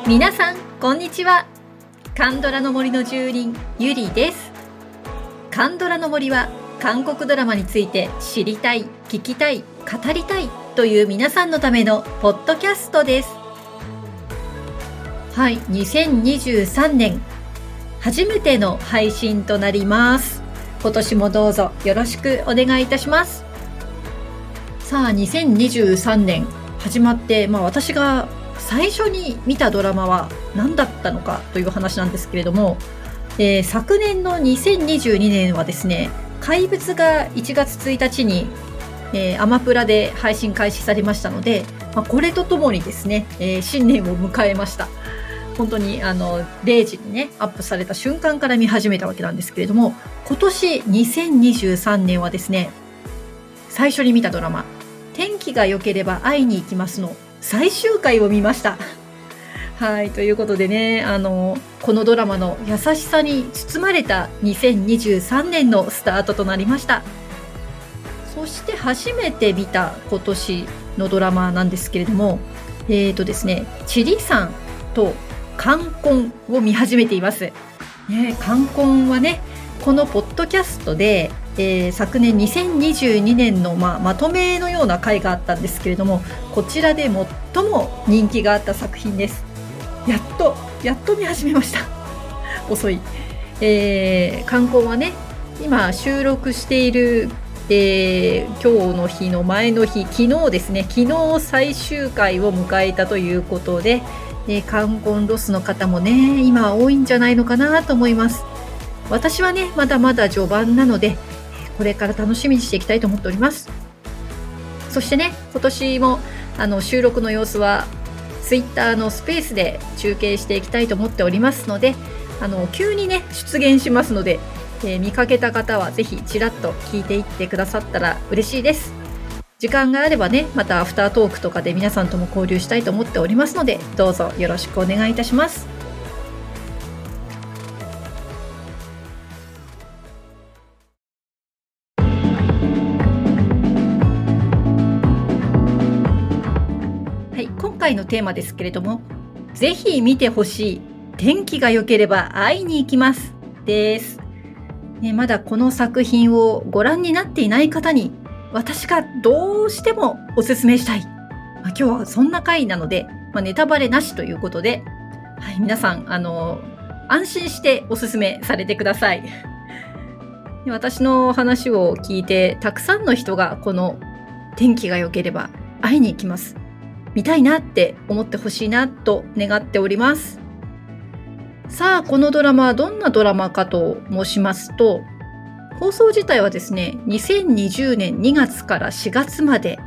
皆さんこんにちは。カンドラの森の住人ゆりです。カンドラの森は韓国ドラマについて知りたい、聞きたい、語りたいという皆さんのためのポッドキャストです。はい、2023年初めての配信となります。今年もどうぞよろしくお願いいたします。さあ、2023年始まって、私が最初に見たドラマは何だったのかという話なんですけれども、昨年の2022年はですね、怪物が1月1日に、アマプラで配信開始されましたので、これとともにですね、新年を迎えました。本当に0時にねアップされた瞬間から見始めたわけなんですけれども、今年2023年はですね、最初に見たドラマ天気が良ければ会いに行きますの最終回を見ました。はい、ということでね、このドラマの優しさに包まれた2023年のスタートとなりました。そして初めて見た今年のドラマなんですけれども、ですね、チリさんと冠婚を見始めています。冠婚はね、このポッドキャストで、昨年2022年の、まとめのような回があったんですけれども、こちらで最も人気があった作品です。やっと見始めました。遅い。冠婚はね、今収録している、今日の日の前の日、昨日ですね、昨日最終回を迎えたということで、冠婚ロスの方もね、今多いんじゃないのかなと思います。私はね、まだまだ序盤なので、これから楽しみにしていきたいと思っております。そしてね、今年も収録の様子はツイッターのスペースで中継していきたいと思っておりますので、急にね出現しますので、見かけた方はぜひちらっと聞いていってくださったら嬉しいです。時間があればね、またアフタートークとかで皆さんとも交流したいと思っておりますので、どうぞよろしくお願いいたします。はい、今回のテーマですけれども、ぜひ見てほしい天気が良ければ会いに行きますです、まだこの作品をご覧になっていない方に私がどうしてもおすすめしたい、今日はそんな回なので、ネタバレなしということで、はい、皆さん安心しておすすめされてください。私の話を聞いてたくさんの人がこの天気が良ければ会いに行きます、見たいなって思ってほしいなと願っております。さあ、このドラマはどんなドラマかと申しますと、放送自体はですね、2020年2月から4月まで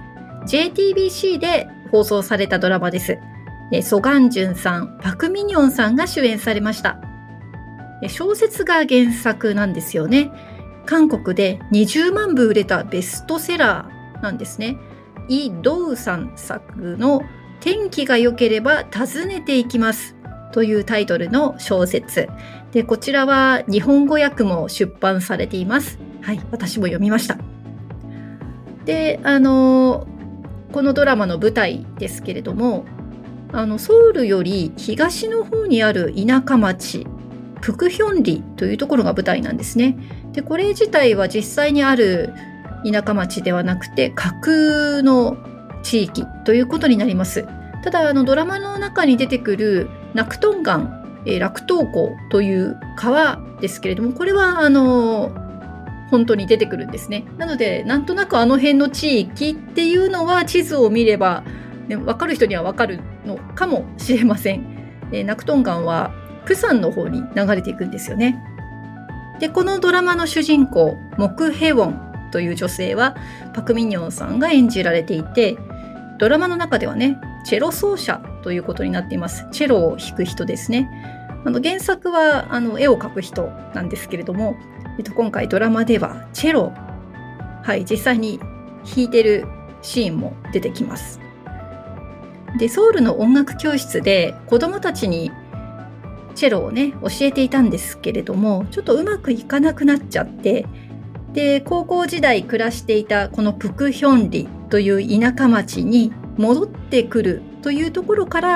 JTBC で放送されたドラマです。ソガンジュンさん、パクミニョンさんが主演されました。小説が原作なんですよね。韓国で20万部売れたベストセラーなんですね。イ・ドウさん作の天気が良ければ訪ねていきますというタイトルの小説で、こちらは日本語訳も出版されています。はい、私も読みました。で、このドラマの舞台ですけれども、ソウルより東の方にある田舎町プクヒョンリというところが舞台なんですね。で、これ自体は実際にある田舎町ではなくて架空の地域ということになります。ただドラマの中に出てくるナクトンガン、楽東港という川ですけれども、これは本当に出てくるんですね。なのでなんとなくあの辺の地域っていうのは地図を見れば、分かる人には分かるのかもしれません。ナクトンガンはプサンの方に流れていくんですよね。で、このドラマの主人公モクヘウォンという女性はパクミニョンさんが演じられていて、ドラマの中ではね、チェロ奏者ということになっています。チェロを弾く人ですね。原作は絵を描く人なんですけれども、今回ドラマではチェロ、はい、実際に弾いてるシーンも出てきます。で、ソウルの音楽教室で子どもたちにチェロをね教えていたんですけれども、ちょっとうまくいかなくなっちゃって、で、高校時代暮らしていたこのプクヒョンリという田舎町に戻ってくるというところから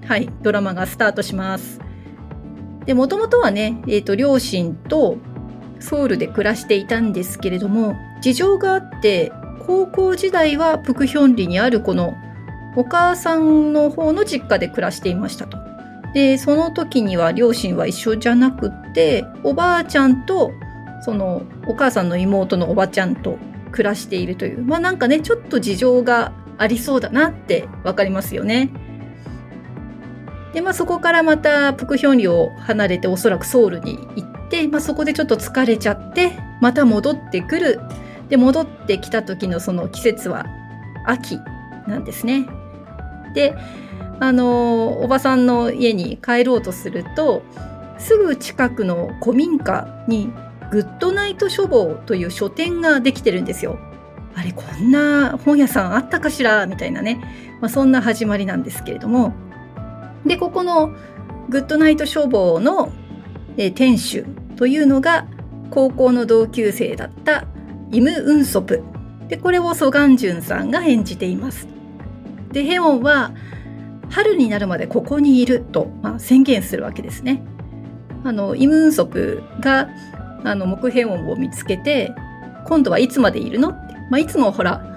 はい、ドラマがスタートします。で、もともとはね、両親とソウルで暮らしていたんですけれども、事情があって高校時代はプクヒョンリにあるこのお母さんの方の実家で暮らしていましたと。で、その時には両親は一緒じゃなくって、おばあちゃんとそのお母さんの妹のおばちゃんと暮らしているという、なんかね、ちょっと事情がありそうだなってわかりますよね。で、そこからまたプクヒョンリを離れておそらくソウルに行って、そこでちょっと疲れちゃってまた戻ってくる。で、戻ってきた時のその季節は秋なんですね。で、おばさんの家に帰ろうとすると、すぐ近くの古民家にグッドナイト書房という書店ができてるんですよ。あれ、こんな本屋さんあったかしらみたいなね、そんな始まりなんですけれども、で、ここのグッドナイト書房の店主というのが高校の同級生だったイム・ウンソプで、これをソガンジュンさんが演じています。で、ヘウォンは春になるまでここにいると、宣言するわけですね。イム・ウンソプが木ヘウォンを見つけて、今度はいつまでいるのって、いつもほら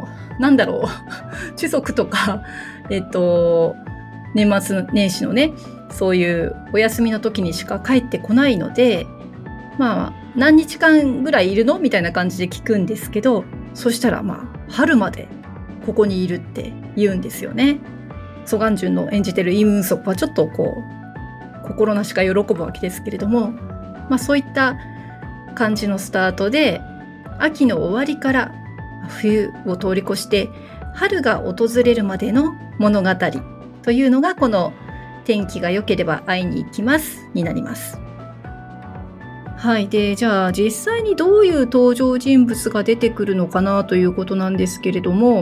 中足とか年末年始のね、そういうお休みの時にしか帰ってこないので、何日間ぐらいいるのみたいな感じで聞くんですけど、そしたら春までここにいるって言うんですよね。ソガンジュンの演じてるイム・ウンソプはちょっと心なしか喜ぶわけですけれども、そういった感じのスタートで、秋の終わりから冬を通り越して春が訪れるまでの物語というのが、この天気が良ければ会いに行きますになります。はい。で、じゃあ実際にどういう登場人物が出てくるのかなということなんですけれども、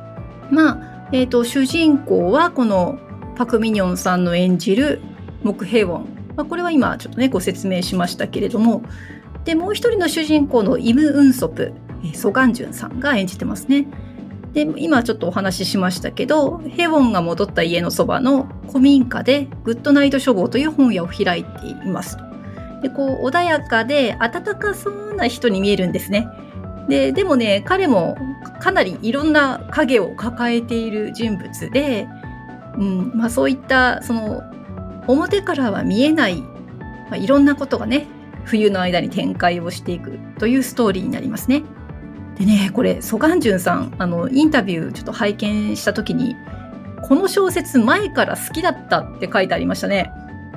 主人公はこのパク・ミニョンさんの演じる木ヘウォン。これは今ちょっとねご説明しましたけれども、で、もう一人の主人公のイム・ウンソプ、ソガンジュンさんが演じてますね。で、今ちょっとお話ししましたけど、ヘウォンが戻った家のそばの古民家でグッドナイト書房という本屋を開いていますと。で、穏やかで温かそうな人に見えるんですね。でもね、彼もかなりいろんな影を抱えている人物で、そういったその表からは見えない、いろんなことがね、冬の間に展開をしていくというストーリーになりますね。でね、これソガンジュンさんインタビューちょっと拝見した時に、この小説前から好きだったって書いてありましたね。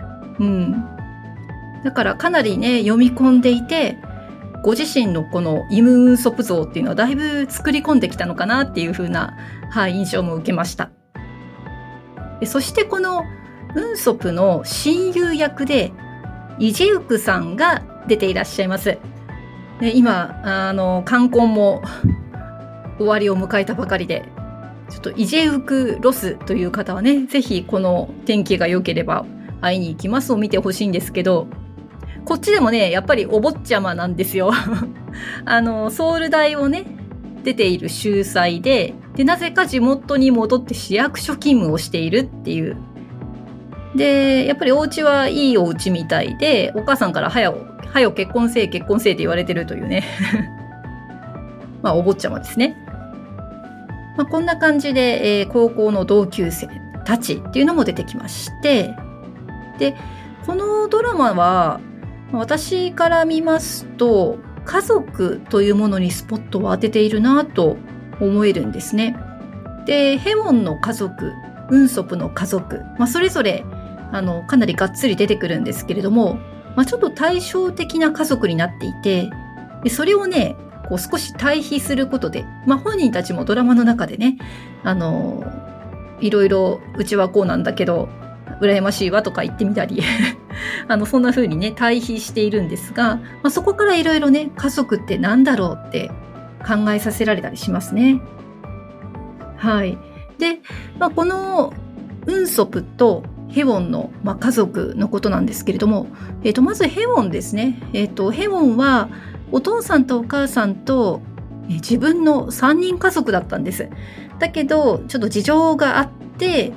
だからかなりね読み込んでいて、ご自身のこのイム・ウンソプ像っていうのはだいぶ作り込んできたのかなっていう風な、印象も受けました。で、そしてこのウンソプの親友役でイジェウクさんが出ていらっしゃいます。で、今冠婚も終わりを迎えたばかりで、ちょっとイジェウクロスという方はね、ぜひこの天気が良ければ会いに行きますを見てほしいんですけど、こっちでもねやっぱりお坊ちゃまなんですよ。ソウル大をね出ている秀才で、なぜか地元に戻って市役所勤務をしているっていう。で、やっぱりお家はいいお家みたいで、お母さんからはよ結婚せえって言われてるというね。お坊ちゃまですね。こんな感じで、高校の同級生たちっていうのも出てきまして、で、このドラマは私から見ますと、家族というものにスポットを当てているなと思えるんですね。で、ヘウォンの家族、ウンソプの家族、それぞれかなりがっつり出てくるんですけれども、ちょっと対照的な家族になっていて、でそれをね少し対比することで、本人たちもドラマの中でねいろいろうちはこうなんだけど羨ましいわとか言ってみたりそんな風にね対比しているんですが、そこからいろいろね家族ってなんだろうって考えさせられたりしますね。はい。で、このウンソプとヘウォンの、家族のことなんですけれども、まずヘウォンですね。ヘウォンはお父さんとお母さんと自分の3人家族だったんです。だけどちょっと事情があって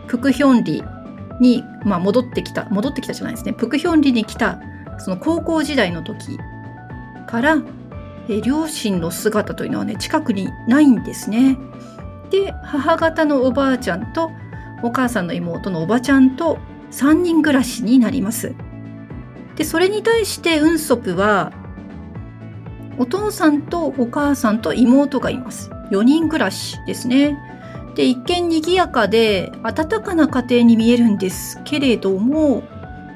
プクヒョンリに、戻ってきたじゃないですね。プクヒョンリに来た、その高校時代の時から、両親の姿というのはね、近くにないんですね。で、母方のおばあちゃんと、お母さんの妹のおばちゃんと3人暮らしになります。で、それに対してウンソプは、お父さんとお母さんと妹がいます。4人暮らしですね。で、一見賑やかで温かな家庭に見えるんですけれども、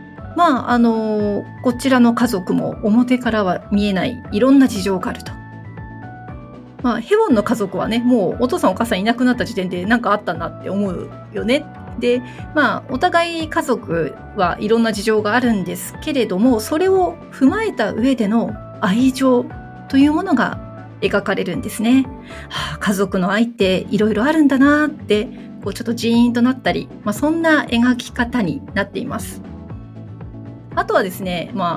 こちらの家族も表からは見えないいろんな事情があると。ヘウォンの家族はね、もうお父さんお母さんいなくなった時点で何かあったなって思うよね。で、お互い家族はいろんな事情があるんですけれども、それを踏まえた上での愛情というものが描かれるんですね。家族の愛っていろいろあるんだなって、ちょっとジーンとなったり、そんな描き方になっています。あとはですね、ヘウ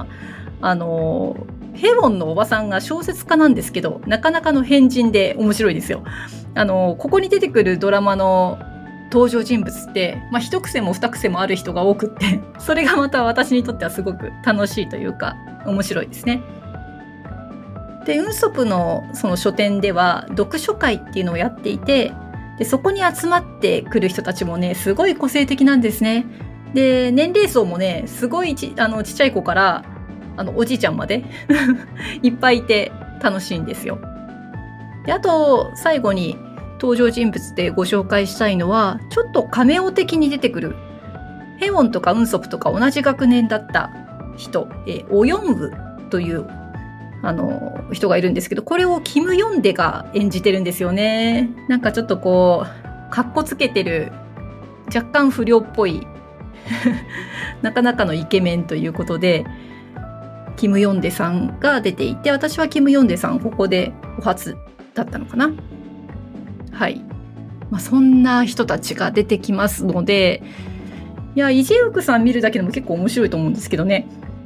ォンのおばさんが小説家なんですけど、なかなかの変人で面白いですよ。ここに出てくるドラマの登場人物って、一癖も二癖もある人が多くって、それがまた私にとってはすごく楽しいというか、面白いですね。で、ウンソプのその書店では読書会っていうのをやっていて、でそこに集まってくる人たちもね、すごい個性的なんですね。で、年齢層もね、すごいちっちゃい子からおじいちゃんまでいっぱいいて楽しいんですよ。で、あと最後に登場人物でご紹介したいのは、ちょっとカメオ的に出てくるヘウォンとかウンソプとか同じ学年だった人、オヨンウという人がいるんですけど、これをキム・ヨンデが演じてるんですよね。なんかちょっとかっこつけてる、若干不良っぽいなかなかのイケメンということで、キム・ヨンデさんが出ていて、私はキム・ヨンデさんここでお初だったのかな。はい。そんな人たちが出てきますので、いや、イジェウクさん見るだけでも結構面白いと思うんですけどね。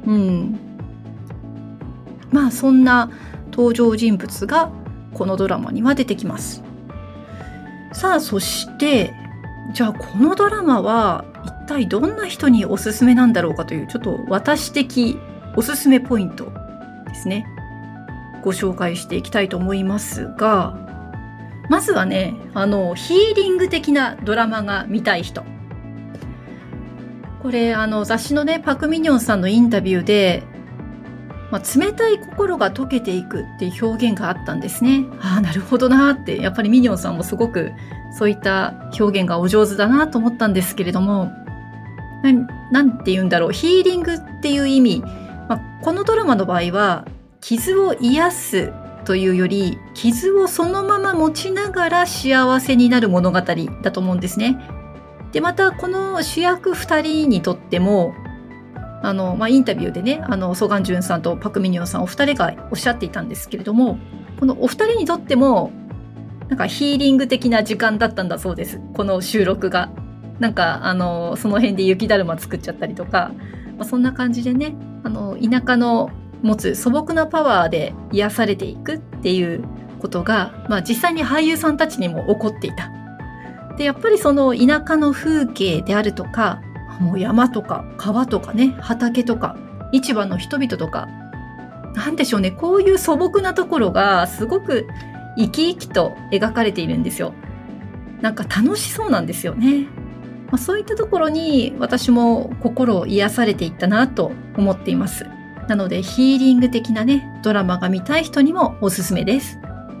そんな登場人物がこのドラマには出てきます。さあ、そしてじゃあこのドラマは一体どんな人におすすめなんだろうかという、ちょっと私的おすすめポイントですね、ご紹介していきたいと思いますが、まずはね、ヒーリング的なドラマが見たい人。これ雑誌のね、パク・ミニョンさんのインタビューで、冷たい心が溶けていくっていう表現があったんですね。なるほどなって、やっぱりミニョンさんもすごくそういった表現がお上手だなと思ったんですけれども、なんて言うんだろう、ヒーリングっていう意味、このドラマの場合は傷を癒すというより、傷をそのまま持ちながら幸せになる物語だと思うんですね。で、またこの主役2人にとってもインタビューでね、ソガンジュンさんとパク・ミニョンさんお二人がおっしゃっていたんですけれども、このお二人にとってもなんかヒーリング的な時間だったんだそうです。この収録がなんかその辺で雪だるま作っちゃったりとか、そんな感じでね、田舎の持つ素朴なパワーで癒されていくっていうことが、実際に俳優さんたちにも起こっていた。で、やっぱりその田舎の風景であるとか、もう山とか川とかね、畑とか市場の人々とか、なんでしょうね、こういう素朴なところがすごく生き生きと描かれているんですよ。なんか楽しそうなんですよね。そういったところに私も心を癒されていったなと思っています。なのでヒーリング的なね、ドラマが見たい人にもおすすめです。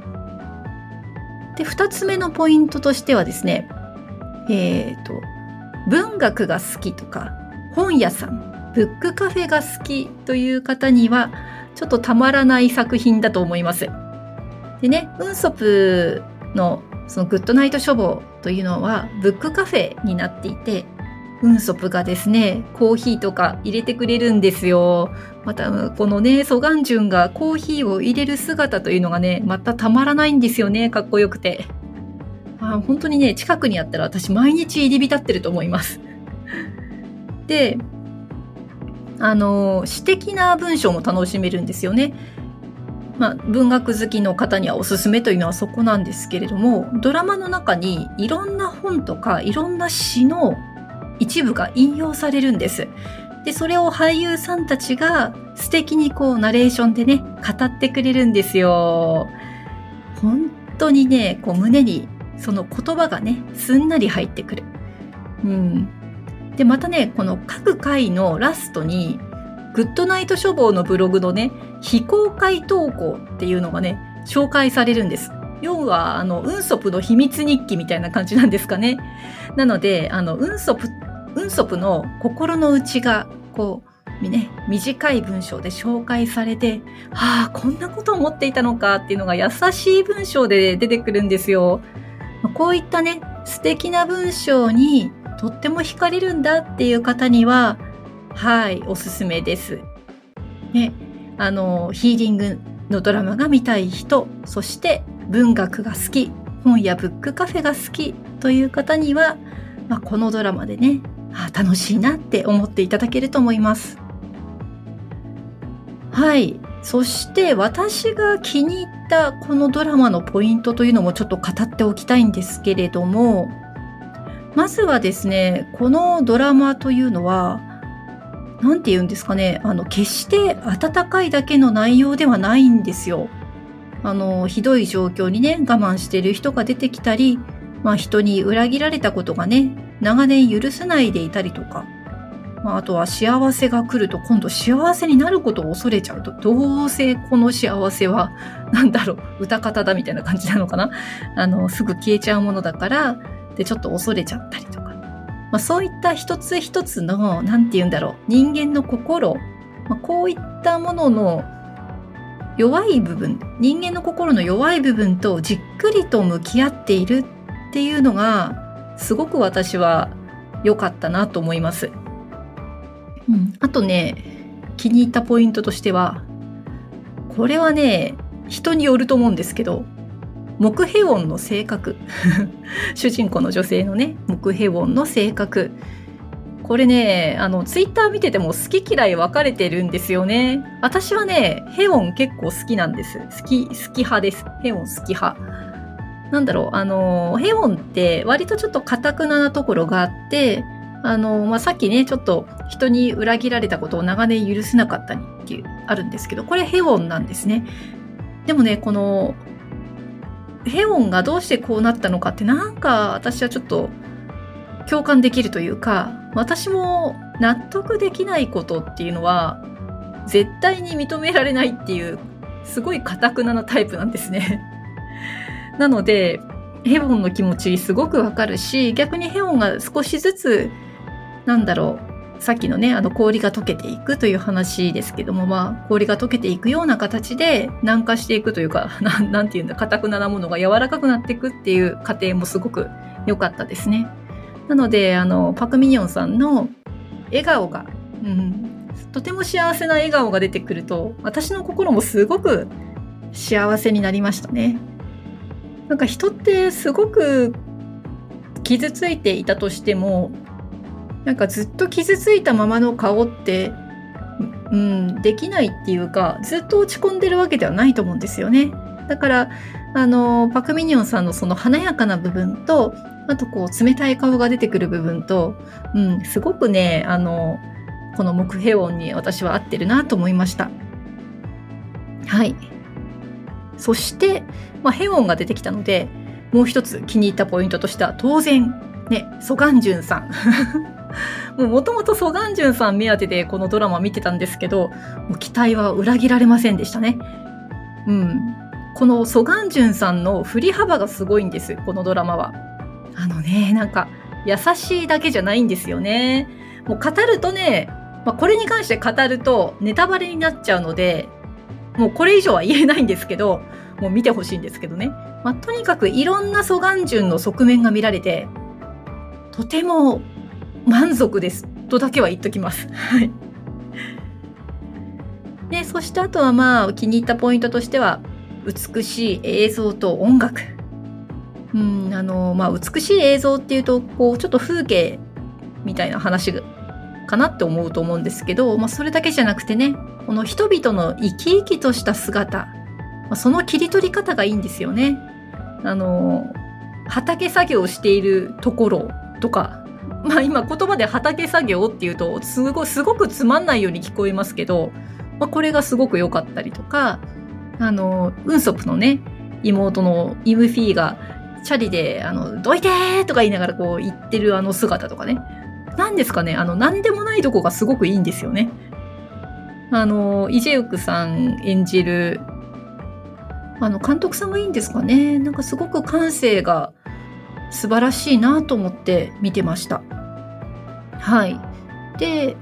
で、2つ目のポイントとしてはですね、文学が好きとか本屋さん、ブックカフェが好きという方にはちょっとたまらない作品だと思います。でね、ウンソプのそのグッドナイト書房というのはブックカフェになっていて、ウンソプがですね、コーヒーとか入れてくれるんですよ。またこのね、ソガンジュンがコーヒーを入れる姿というのがね、またたまらないんですよね。かっこよくて。本当にね、近くにあったら私毎日入り浸ってると思います。で、詩的な文章も楽しめるんですよね。 文学好きの方にはおすすめというのはそこなんですけれども、ドラマの中にいろんな本とかいろんな詩の一部が引用されるんです。で、それを俳優さんたちが素敵にナレーションでね、語ってくれるんですよ。本当にね、胸にその言葉がね、すんなり入ってくる。で、またね、この各回のラストに、グッドナイト書房のブログのね、非公開投稿っていうのがね、紹介されるんです。要は、ウンソプの秘密日記みたいな感じなんですかね。なので、ウンソプの心の内が、短い文章で紹介されて、こんなことを思っていたのかっていうのが優しい文章で出てくるんですよ。こういったね、素敵な文章にとっても惹かれるんだっていう方には、おすすめです。ね、ヒーリングのドラマが見たい人、そして文学が好き、本やブックカフェが好きという方には、このドラマでね、楽しいなって思っていただけると思います。そして私が気に入ったこのドラマのポイントというのもちょっと語っておきたいんですけれども、まずはですね、このドラマというのは、なんて言うんですかね、決して温かいだけの内容ではないんですよ。ひどい状況にね、我慢している人が出てきたり、人に裏切られたことがね、長年許せないでいたりとか、あとは幸せが来ると今度幸せになることを恐れちゃうと、どうせこの幸せは、歌方だみたいな感じなのかな。すぐ消えちゃうものだから、で、ちょっと恐れちゃったりとか。そういった一つ一つの、人間の心、こういったものの弱い部分、人間の心の弱い部分とじっくりと向き合っているっていうのが、すごく私は良かったなと思います。あとね、気に入ったポイントとしては、これはね、人によると思うんですけど、モクヘウォンの性格主人公の女性のね、モクヘウォンの性格、これね、ツイッター見てても好き嫌い分かれてるんですよね。私はね、ヘウォン結構好きなんです。好き派です。ヘウォン好き派。ヘウォンって割とちょっと堅くなところがあって、さっきね、ちょっと人に裏切られたことを長年許せなかったりっていう、あるんですけど、これヘウォンなんですね。でもね、この、ヘウォンがどうしてこうなったのかって私はちょっと共感できるというか、私も納得できないことっていうのは絶対に認められないっていう、すごい堅くななタイプなんですね。なので、ヘウォンの気持ちすごくわかるし、逆にヘウォンが少しずつ、さっきのね、氷が溶けていくという話ですけども、氷が溶けていくような形で軟化していくというか、硬くななものが柔らかくなっていくっていう過程もすごく良かったですね。なので、パクミニョンさんの笑顔が、とても幸せな笑顔が出てくると、私の心もすごく幸せになりましたね。人ってすごく傷ついていたとしても、ずっと傷ついたままの顔って、できないっていうか、ずっと落ち込んでるわけではないと思うんですよね。だから、パクミニョンさんのその華やかな部分と、あと冷たい顔が出てくる部分と、すごくね、このモクヘウォンに私は合ってるなと思いました。そして、ヘウォンが出てきたので、もう一つ気に入ったポイントとしては、当然、ね、ソガンジュンさん。もともとソガンジュンさん目当てでこのドラマ見てたんですけど、もう期待は裏切られませんでしたね。このソガンジュンさんの振り幅がすごいんです、このドラマは。優しいだけじゃないんですよね。もう語るとね、これに関して語るとネタバレになっちゃうので、もうこれ以上は言えないんですけど、もう見てほしいんですけどね。とにかくいろんなソガンジュンの側面が見られて、とても満足ですとだけは言っときます。で、そしてあとは気に入ったポイントとしては、美しい映像と音楽。美しい映像っていうと、ちょっと風景みたいな話かなって思うと思うんですけど、それだけじゃなくてね、この人々の生き生きとした姿、 その切り取り方がいいんですよね。畑作業をしているところとか、今言葉で畑作業っていうとすごくつまんないように聞こえますけど、これがすごく良かったりとか、ウンソプのね、妹のイムフィーがチャリでどいてーとか言いながらこう言ってる姿とかね、なんですかね、なんでもないとこがすごくいいんですよね。イジェウクさん演じる監督さんがいいんですかね。なんかすごく感性が素晴らしいなと思って見てました。はい。で、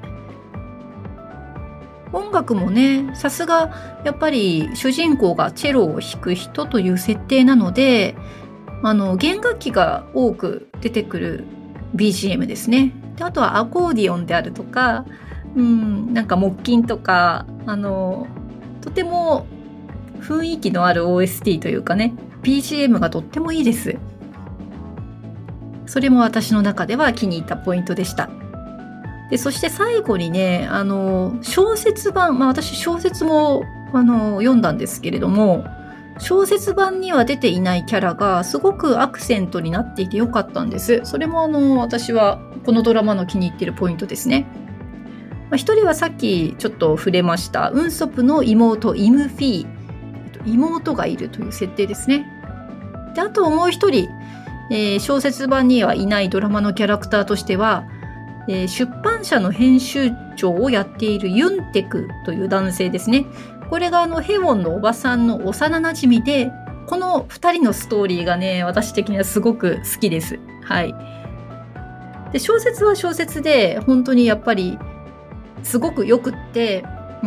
音楽もね、さすがやっぱり主人公がチェロを弾く人という設定なので、弦楽器が多く出てくる BGM ですね。で、あとはアコーディオンであるとか、なんか木琴とか、とても雰囲気のある OST というかね、BGM がとってもいいです。それも私の中では気に入ったポイントでした。で、そして最後にね、小説版、私小説も読んだんですけれども、小説版には出ていないキャラがすごくアクセントになっていてよかったんです。それも私はこのドラマの気に入っているポイントですね。一人はさっきちょっと触れましたウンソプの妹イムフィー、妹がいるという設定ですね。で、あともう一人、小説版にはいないドラマのキャラクターとしては、出版社の編集長をやっているユンテクという男性ですね。これがヘウォンのおばさんの幼なじみで、この2人のストーリーがね、私的にはすごく好きです。はい。で、小説は小説で本当にやっぱりすごくよくって、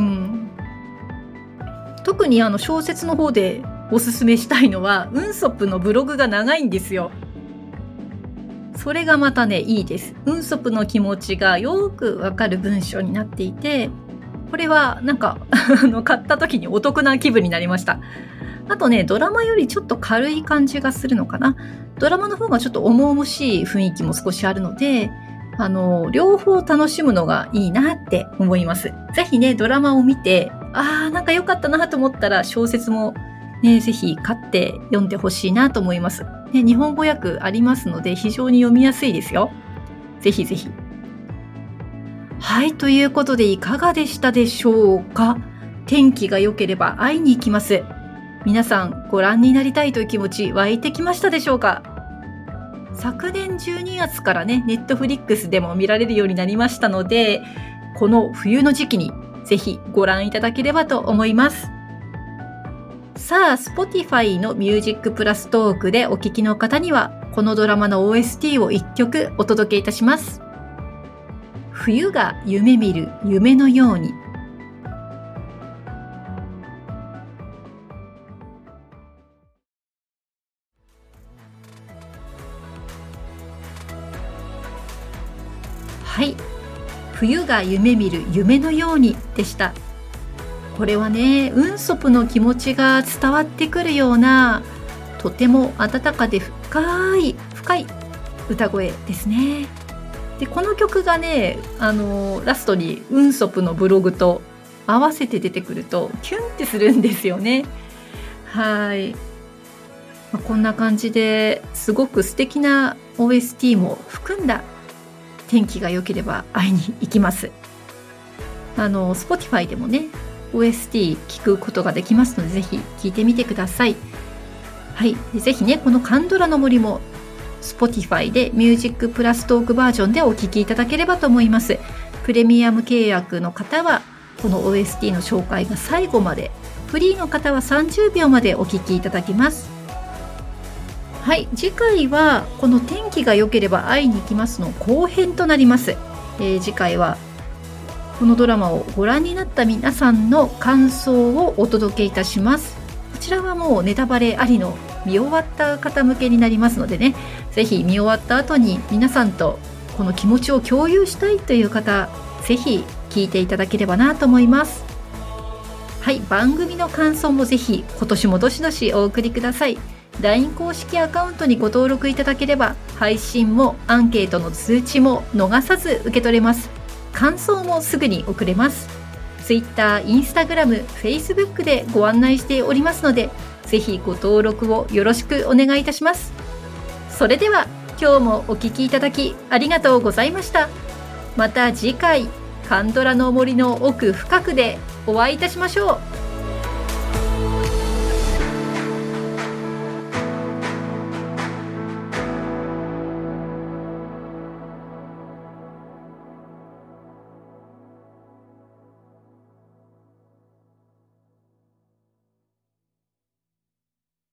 特に小説の方でおすすめしたいのはウンソプのブログが長いんですよ。それがまたね、いいです。ウンソプの気持ちがよくわかる文章になっていて、これはなんか買った時にお得な気分になりました。あとね、ドラマよりちょっと軽い感じがするのかな。ドラマの方がちょっと重々しい雰囲気も少しあるので、両方楽しむのがいいなって思います。ぜひね、ドラマを見て、なんか良かったなと思ったら小説もね、ぜひ買って読んでほしいなと思います。ね、日本語訳ありますので非常に読みやすいですよ。ぜひぜひ。はい、ということでいかがでしたでしょうか。天気が良ければ会いに行きます。皆さんご覧になりたいという気持ち湧いてきましたでしょうか。昨年12月からね、ネットフリックスでも見られるようになりましたので、この冬の時期にぜひご覧いただければと思います。さあ、Spotify のミュージックプラストークでお聞きの方には、このドラマの OST を1曲お届けいたします。冬が夢見る夢のように。はい、冬が夢見る夢のようにでした。これはね、ウンソプの気持ちが伝わってくるような、とても温かで深い歌声ですね。で、この曲がね、ラストにウンソプのブログと合わせて出てくるとキュンってするんですよね。はい、こんな感じですごく素敵な OST も含んだ天気が良ければ会いに行きます。Spotify でもね OST 聞くことができますので、ぜひ聞いてみてください。はい、ぜひね、このカンドラの森も Spotify でミュージックプラストークバージョンでお聞きいただければと思います。プレミアム契約の方はこの OST の紹介が最後まで、フリーの方は30秒までお聞きいただけます。はい、次回はこの天気が良ければ会いに行きますの後編となります。次回はこのドラマをご覧になった皆さんの感想をお届けいたします。こちらはもうネタバレありの見終わった方向けになりますのでね、ぜひ見終わった後に皆さんとこの気持ちを共有したいという方、ぜひ聞いていただければなと思います。はい、番組の感想もぜひ今年もどしどしお送りください。LINE 公式アカウントにご登録いただければ、配信もアンケートの通知も逃さず受け取れます。感想もすぐに送れます。 Twitter、Instagram、Facebook でご案内しておりますので、ぜひご登録をよろしくお願いいたします。それでは今日もお聞きいただきありがとうございました。また次回、カンドラの森の奥深くでお会いいたしましょう。